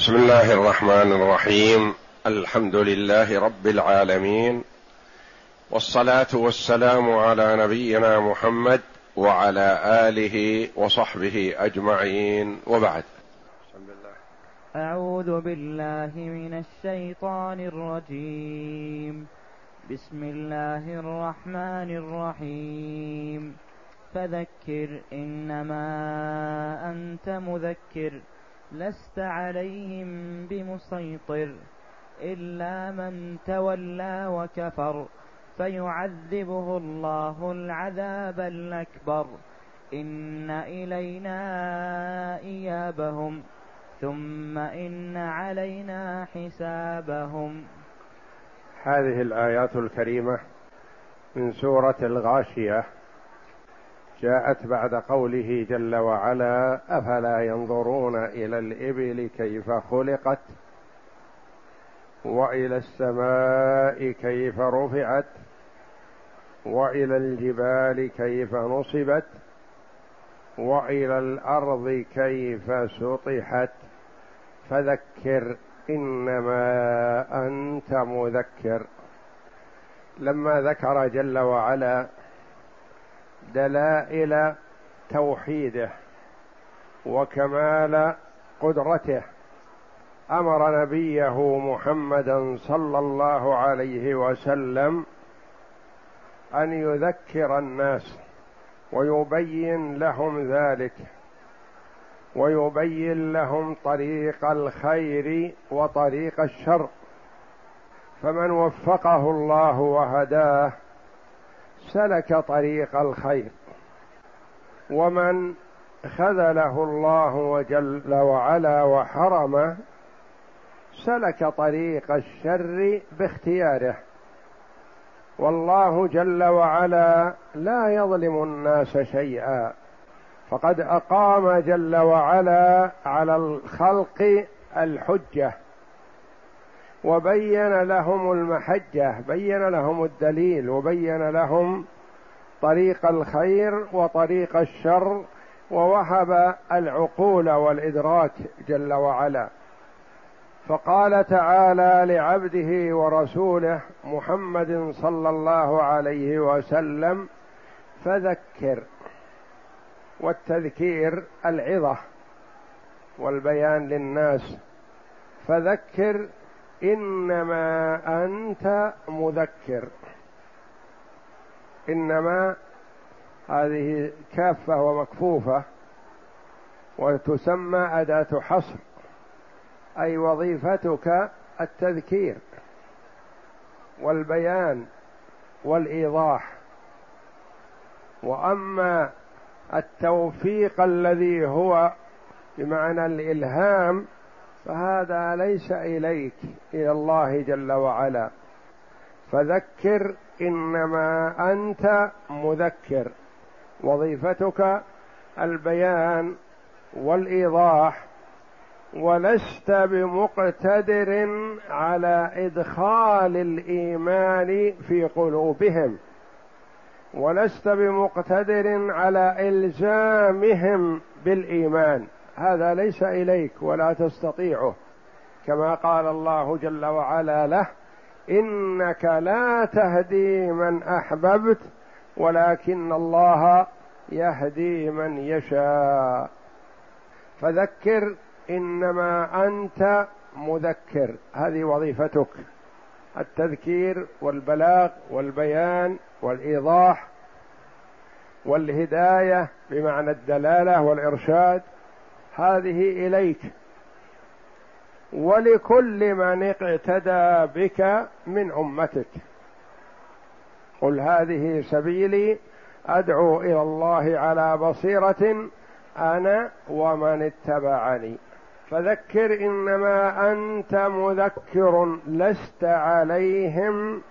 بسم الله الرحمن الرحيم. الحمد لله رب العالمين، والصلاة والسلام على نبينا محمد وعلى آله وصحبه أجمعين، وبعد. أعوذ بالله من الشيطان الرجيم. بسم الله الرحمن الرحيم. فذكر إنما أنت مذكر لست عليهم بمسيطر إلا من تولى وكفر فيعذبه الله العذاب الأكبر إن إلينا إيابهم ثم إن علينا حسابهم. هذه الآيات الكريمة من سورة الغاشية جاءت بعد قوله جل وعلا: أفلا ينظرون إلى الإبل كيف خلقت وإلى السماء كيف رفعت وإلى الجبال كيف نصبت وإلى الأرض كيف سطحت فذكر إنما أنت مذكر. لما ذكر جل وعلا دلائل توحيده وكمال قدرته أمر نبيه محمدا صلى الله عليه وسلم أن يذكر الناس ويبين لهم ذلك، ويبين لهم طريق الخير وطريق الشر، فمن وفقه الله وهداه سلك طريق الخير، ومن خذله الله وجل وعلا وحرمه سلك طريق الشر باختياره. والله جل وعلا لا يظلم الناس شيئا، فقد أقام جل وعلا على الخلق الحجة وبين لهم المحجة، بين لهم الدليل وبين لهم طريق الخير وطريق الشر، ووهب العقول والإدراك جل وعلا. فقال تعالى لعبده ورسوله محمد صلى الله عليه وسلم: فذكر. والتذكير العظة والبيان للناس. فذكر إنما أنت مذكر. إنما هذه كافة ومكفوفة وتسمى أداة حصر، أي وظيفتك التذكير والبيان والإيضاح. وأما التوفيق الذي هو بمعنى الإلهام فهذا ليس إليك، إلى الله جل وعلا. فذكر إنما أنت مذكر، وظيفتك البيان والإيضاح، ولست بمقتدر على إدخال الإيمان في قلوبهم، ولست بمقتدر على إلزامهم بالإيمان، هذا ليس إليك ولا تستطيعه، كما قال الله جل وعلا له: إنك لا تهدي من أحببت ولكن الله يهدي من يشاء. فذكر إنما أنت مذكر، هذه وظيفتك، التذكير والبلاغ والبيان والإيضاح والهداية بمعنى الدلالة والإرشاد، هذه إليك ولكل من اقتدى بك من أمتك. قل هذه سبيلي أدعو إلى الله على بصيرة أنا ومن اتبعني. فذكر إنما أنت مذكر لست عليهم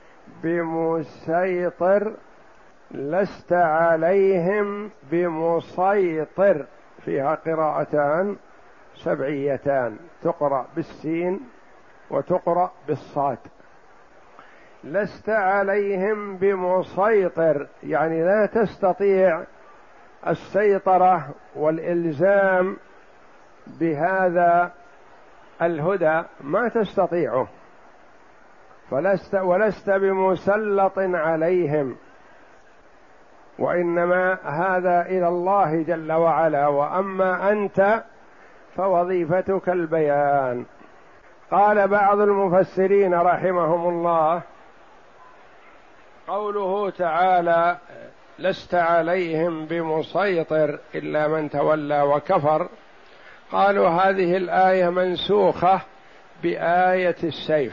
بمسيطر، لست عليهم بمسيطر، فيها قراءتان سبعيتان، تقرأ بالسين وتقرأ بالصاد. لست عليهم بمسيطر يعني لا تستطيع السيطرة والإلزام بهذا الهدى ما تستطيعه، ولست بمسلط عليهم، وإنما هذا إلى الله جل وعلا، وأما أنت فوظيفتك البيان. قال بعض المفسرين رحمهم الله: قوله تعالى: لست عليهم بمسيطر إلا من تولى وكفر، قالوا هذه الآية منسوخة بآية السيف،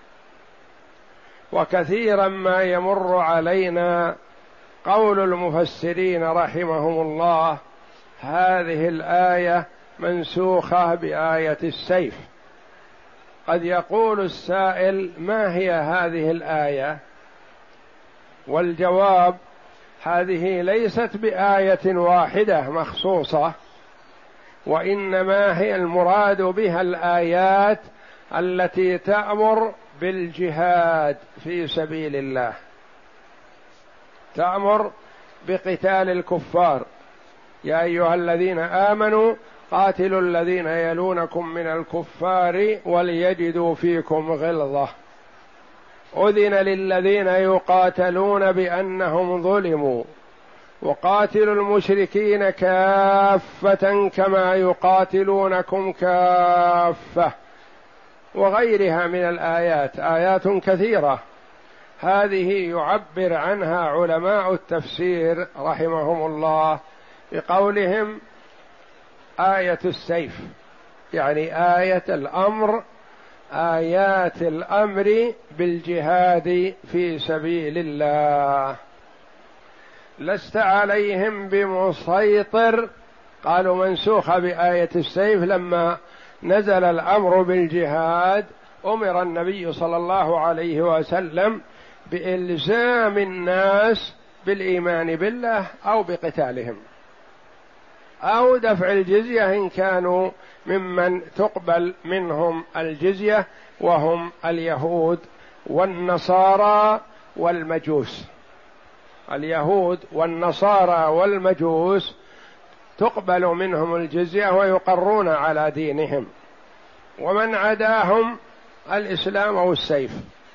وكثيرا ما يمر علينا قول المفسرين رحمهم الله: هذه الآية منسوخة بآية السيف. قد يقول السائل: ما هي هذه الآية؟ والجواب: هذه ليست بآية واحدة مخصوصة، وإنما هي المراد بها الآيات التي تأمر بالجهاد في سبيل الله، تأمر بقتال الكفار: يا أيها الذين آمنوا قاتلوا الذين يلونكم من الكفار وليجدوا فيكم غلظة، أذن للذين يقاتلون بأنهم ظلموا، وقاتلوا المشركين كافة كما يقاتلونكم كافة، وغيرها من الآيات، آيات كثيرة. هذه يعبر عنها علماء التفسير رحمهم الله بقولهم آية السيف، يعني آية الأمر، آيات الأمر بالجهاد في سبيل الله. لست عليهم بمسيطر، قالوا منسوخة بآية السيف، لما نزل الأمر بالجهاد أمر النبي صلى الله عليه وسلم بإلزام الناس بالإيمان بالله أو بقتالهم أو دفع الجزية إن كانوا ممن تقبل منهم الجزية، وهم اليهود والنصارى والمجوس. اليهود والنصارى والمجوس تقبل منهم الجزية ويقرون على دينهم، ومن عداهم الإسلام أو السيف.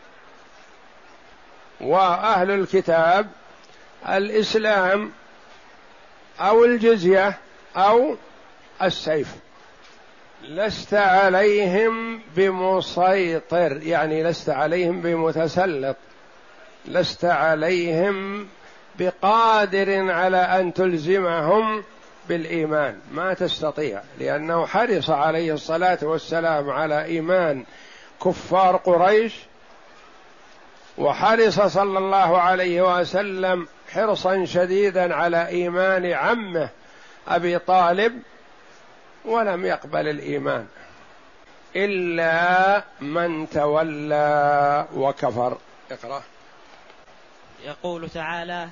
وأهل الكتاب الإسلام أو الجزية أو السيف. لست عليهم بمسيطر، يعني لست عليهم بمتسلط، لست عليهم بقادر على أن تلزمهم بالإيمان، ما تستطيع، لأنه حرص عليه الصلاة والسلام على إيمان كفار قريش، وحرص صلى الله عليه وسلم حرصا شديدا على إيمان عمه أبي طالب، ولم يقبل الإيمان إلا من تولى وكفر. اقرأ. يقول تعالى: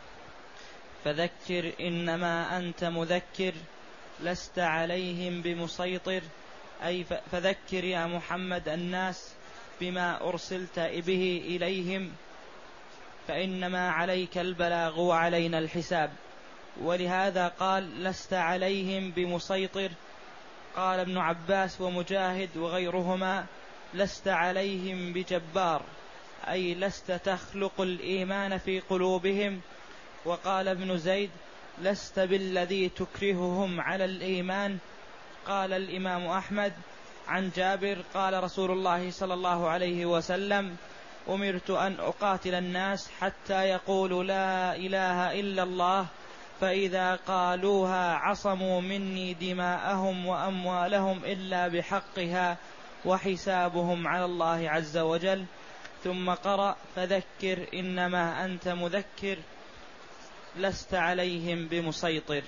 فذكر إنما أنت مذكر لست عليهم بمسيطر، أي فذكر يا محمد الناس بما أرسلت به إليهم، فإنما عليك البلاغ وعلينا الحساب. ولهذا قال: لست عليهم بمسيطر. قال ابن عباس ومجاهد وغيرهما: لست عليهم بجبار، أي لست تخلق الإيمان في قلوبهم. وقال ابن زيد: لست بالذي تكرههم على الإيمان. قال الإمام أحمد عن جابر قال رسول الله صلى الله عليه وسلم: أمرت أن أقاتل الناس حتى يقولوا لا إله إلا الله، فإذا قالوها عصموا مني دماءهم وأموالهم إلا بحقها وحسابهم على الله عز وجل. ثم قرأ: فذكر إنما أنت مذكر لست عليهم بمسيطر.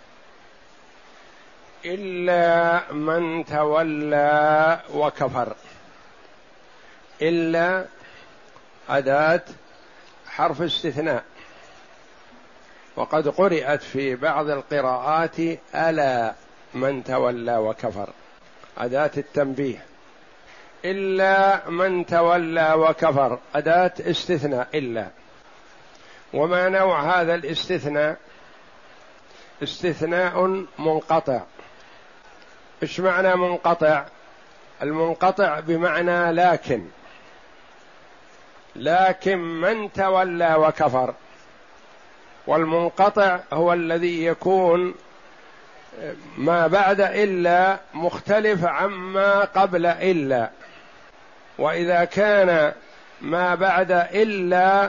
إلا من تولى وكفر. إلا أداة حرف استثناء، وقد قرأت في بعض القراءات ألا من تولى وكفر، أداة التنبيه. إلا من تولى وكفر أداة استثناء إلا. وما نوع هذا الاستثناء؟ استثناء منقطع. إيش معنى منقطع؟ المنقطع بمعنى لكن من تولى وكفر، والمنقطع هو الذي يكون ما بعد إلا مختلف عما قبل إلا، وإذا كان ما بعد إلا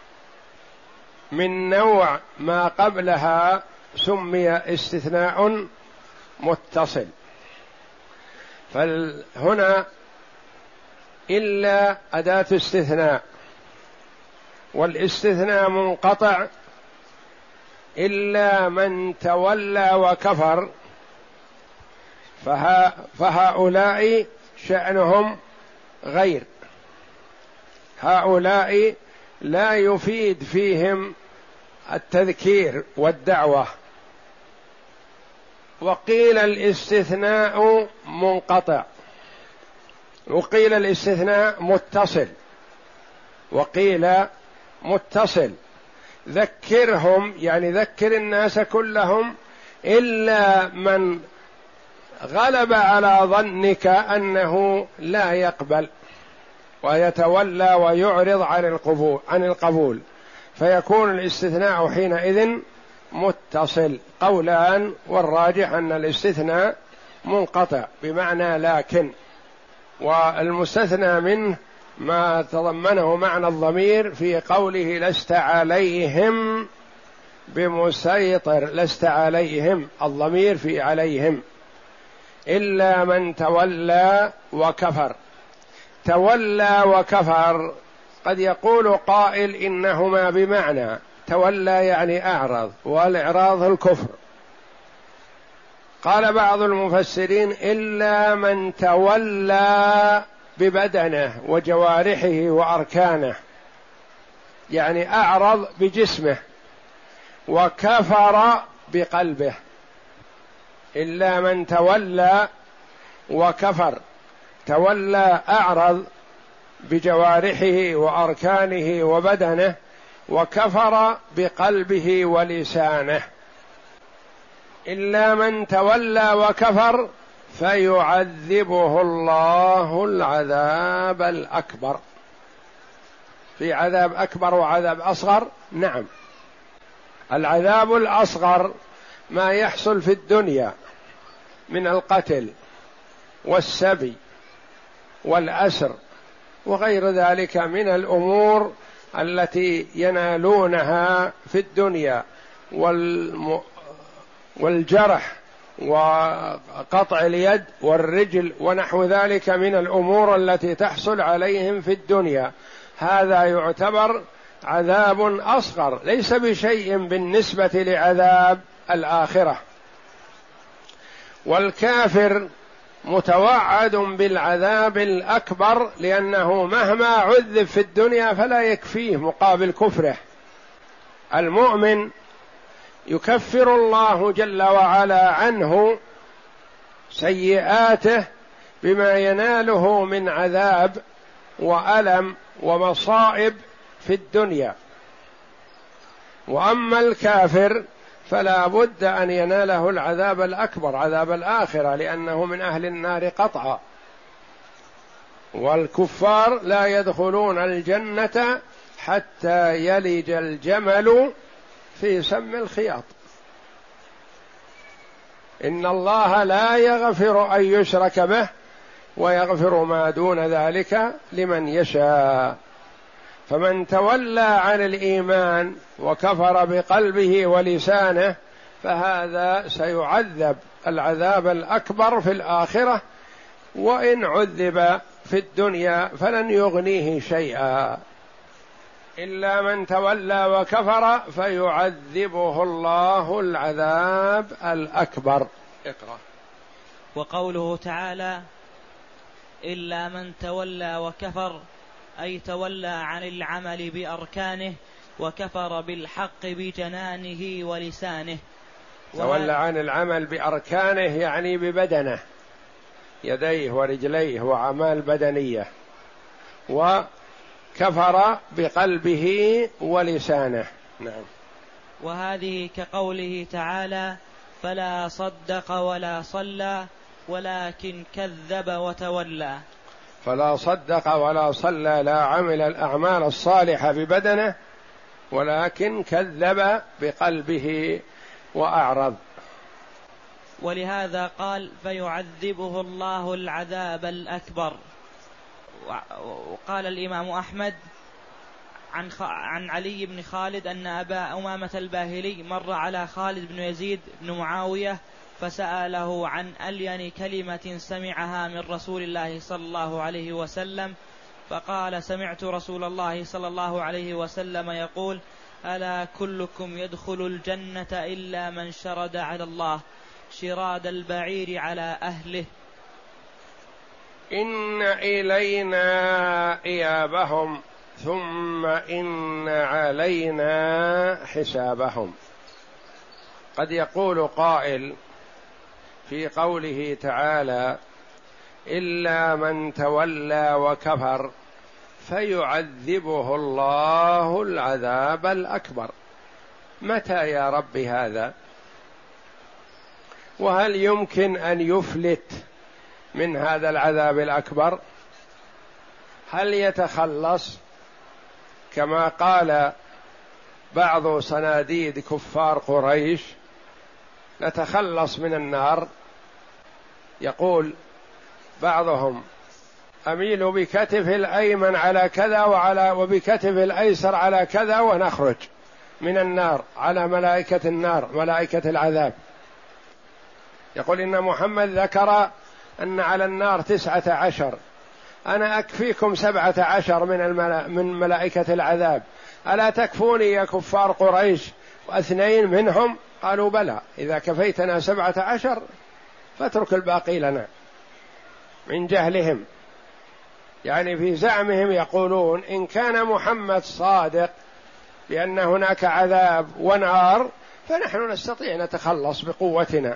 من نوع ما قبلها سمي استثناء متصل. فهنا إلا أداة استثناء، والاستثناء منقطع، إلا من تولى وكفر، فهؤلاء شأنهم غير، هؤلاء لا يفيد فيهم التذكير والدعوة. وقيل الاستثناء منقطع، وقيل الاستثناء متصل، وقيل متصل. ذكرهم يعني ذكر الناس كلهم إلا من غلب على ظنك أنه لا يقبل ويتولى ويعرض عن القبول، فيكون الاستثناء حينئذ متصل. قولان، والراجح أن الاستثناء منقطع بمعنى لكن، والمستثنى منه ما تضمنه معنى الضمير في قوله لست عليهم بمسيطر، لست عليهم، الضمير في عليهم، إلا من تولى وكفر. تولى وكفر قد يقول قائل إنهما بمعنى، تولى يعني أعرض، والإعراض الكفر. قال بعض المفسرين إلا من تولى ببدنه وجوارحه وأركانه، يعني أعرض بجسمه وكفر بقلبه. إلا من تولى وكفر، تولى أعرض بجوارحه وأركانه وبدنه، وكفر بقلبه ولسانه. إلا من تولى وكفر فيعذبه الله العذاب الأكبر. في عذاب أكبر وعذاب أصغر؟ نعم. العذاب الأصغر ما يحصل في الدنيا من القتل والسبي والأسر وغير ذلك من الأمور التي ينالونها في الدنيا، والجرح وقطع اليد والرجل ونحو ذلك من الأمور التي تحصل عليهم في الدنيا، هذا يعتبر عذاب أصغر، ليس بشيء بالنسبة لعذاب الآخرة. والكافر متوعد بالعذاب الأكبر، لأنه مهما عذب في الدنيا فلا يكفيه مقابل كفره. المؤمن يكفر الله جل وعلا عنه سيئاته بما يناله من عذاب وألم ومصائب في الدنيا، وأما الكافر فلا بد أن يناله العذاب الأكبر، عذاب الآخرة، لأنه من أهل النار قطعا. والكفار لا يدخلون الجنة حتى يلج الجمل في سم الخياط. إن الله لا يغفر أن يشرك به ويغفر ما دون ذلك لمن يشاء. فمن تولى عن الإيمان وكفر بقلبه ولسانه فهذا سيعذب العذاب الأكبر في الآخرة، وإن عذب في الدنيا فلن يغنيه شيئا. إلا من تولى وكفر فيعذبه الله العذاب الأكبر. اقرأ. وقوله تعالى إلا من تولى وكفر، أي تولى عن العمل بأركانه وكفر بالحق بجنانه ولسانه. تولى عن العمل بأركانه يعني ببدنه، يديه ورجليه وأعمال بدنية، وكفر بقلبه ولسانه. نعم. وهذه كقوله تعالى فلا صدق ولا صلى ولكن كذب وتولى. فلا صدق ولا صلى، لا عمل الأعمال الصالحة ببدنه، ولكن كذب بقلبه وأعرض. ولهذا قال فيعذبه الله العذاب الأكبر. وقال الإمام أحمد عن علي بن خالد أن أبا أمامة الباهلي مر على خالد بن يزيد بن معاوية فسأله عن ألين كلمة سمعها من رسول الله صلى الله عليه وسلم، فقال سمعت رسول الله صلى الله عليه وسلم يقول ألا كلكم يدخل الجنة إلا من شرد على الله شراد البعير على أهله. إن إلينا إيابهم ثم إن علينا حسابهم. قد يقول قائل في قوله تعالى إلا من تولى وكفر فيعذبه الله العذاب الأكبر. متى يا رب هذا؟ وهل يمكن أن يفلت من هذا العذاب الأكبر؟ هل يتخلص كما قال بعض صناديد كفار قريش نتخلص من النار؟ يقول بعضهم أميل بكتف الأيمن على كذا وبكتف الأيسر على كذا ونخرج من النار على ملائكة النار ملائكة العذاب. يقول إن محمد ذكر أن على النار 19، أنا أكفيكم 17 من ملائكة العذاب، ألا تكفوني يا كفار قريش 2 منهم؟ قالوا بلى، إذا كفيتنا 17 فاترك الباقي لنا. من جهلهم، يعني في زعمهم يقولون إن كان محمد صادق بأن هناك عذاب ونار فنحن نستطيع نتخلص بقوتنا،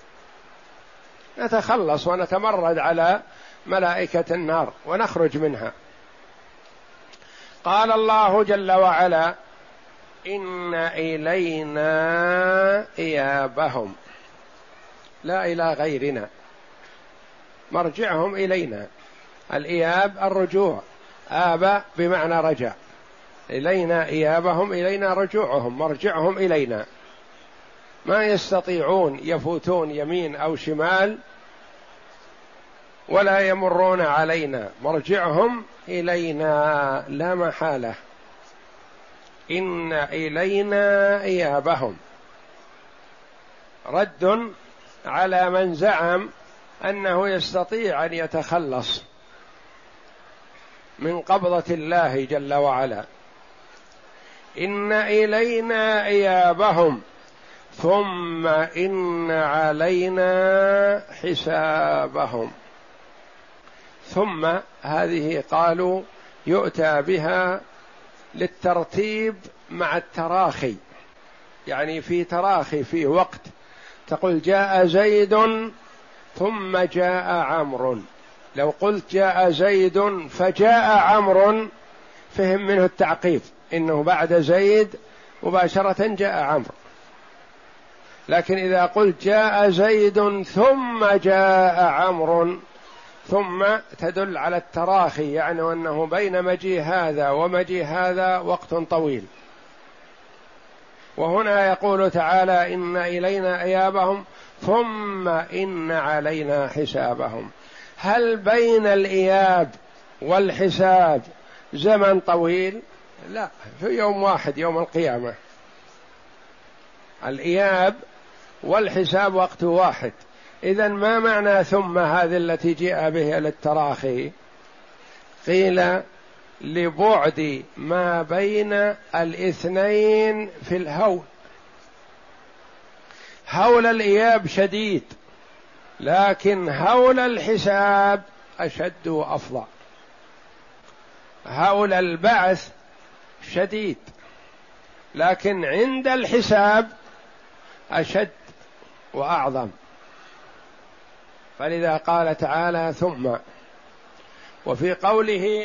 نتخلص ونتمرد على ملائكة النار ونخرج منها. قال الله جل وعلا إن إلينا إيابهم، لا إلى غيرنا، مرجعهم إلينا. الإياب الرجوع، آب بمعنى رجع، إلينا إيابهم، إلينا رجوعهم، مرجعهم إلينا. ما يستطيعون يفوتون يمين أو شمال ولا يمرون علينا، مرجعهم إلينا لا محالة. إن إلينا إيابهم، رد على من زعم أنه يستطيع أن يتخلص من قبضة الله جل وعلا. إن إلينا إيابهم ثم إن علينا حسابهم. ثم هذه قالوا يؤتى بها للترتيب مع التراخي، يعني في تراخي في وقت، تقول جاء زيد ثم جاء عمرو. لو قلت جاء زيد فجاء عمرو فهم منه التعقيب، إنه بعد زيد مباشرة جاء عمرو. لكن إذا قلت جاء زيد ثم جاء عمرو، ثم تدل على التراخي، يعني أنه بين مجيء هذا ومجيء هذا وقت طويل. وهنا يقول تعالى إن إلينا إيابهم ثم إن علينا حسابهم. هل بين الإياب والحساب زمن طويل؟ لا، في يوم واحد، يوم القيامة. الإياب والحساب وقت واحد. إذن ما معنى ثم هذه التي جاء بها للتراخي؟ قيل لبعد ما بين الاثنين في الهول. هول الإياب شديد، لكن هول الحساب أشد وأفظع. هول البعث شديد، لكن عند الحساب أشد وأعظم. فلذا قال تعالى ثم. وفي قوله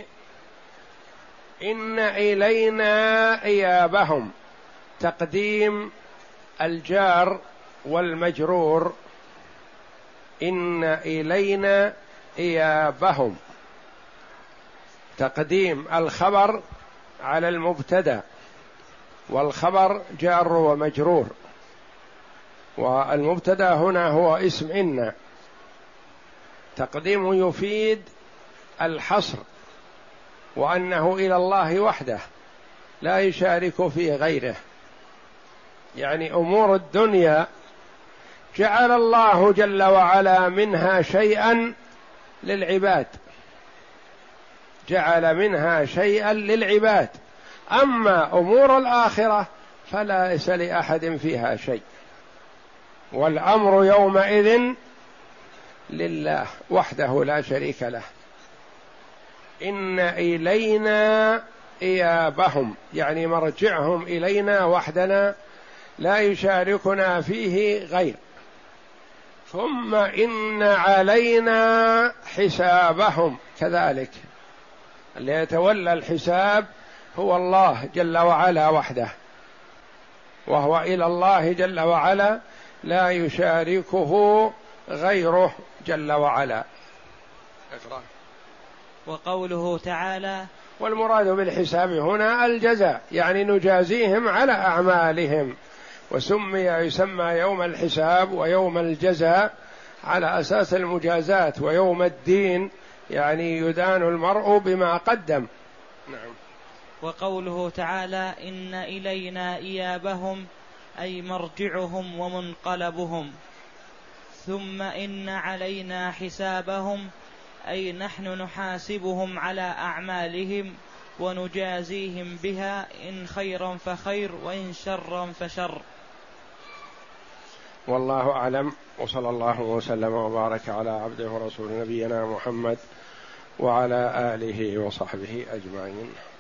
إن إلينا إيابهم، تقديم الجار والمجرور إن إلينا إيابهم، تقديم الخبر على المبتدأ، والخبر جار ومجرور، والمبتدأ هنا هو اسم إن، تقديم يفيد الحصر، وأنه إلى الله وحده لا يشارك في غيره. يعني أمور الدنيا جعل الله جل وعلا منها شيئا للعباد، جعل منها شيئا للعباد، أما أمور الآخرة فليس لأحد فيها شيء، والأمر يومئذ لله وحده لا شريك له. إن إلينا إيابهم، يعني مرجعهم إلينا وحدنا لا يشاركنا فيه غير. ثم إن علينا حسابهم، كذلك اللي يتولى الحساب هو الله جل وعلا وحده، وهو إلى الله جل وعلا لا يشاركه غيره جل وعلا. اقرأ. وقوله تعالى: والمراد بالحساب هنا الجزاء، يعني نجازيهم على أعمالهم، يسمى يوم الحساب ويوم الجزاء على أساس المجازاة، ويوم الدين يعني يدان المرء بما قدم. نعم. وقوله تعالى: إن إلينا إيابهم، أي مرجعهم ومنقلبهم. ثم إن علينا حسابهم، أي نحن نحاسبهم على أعمالهم ونجازيهم بها، إن خيرا فخير وإن شرا فشر. والله أعلم، وصلى الله وسلم وبارك على عبده ورسول نبينا محمد وعلى آله وصحبه أجمعين.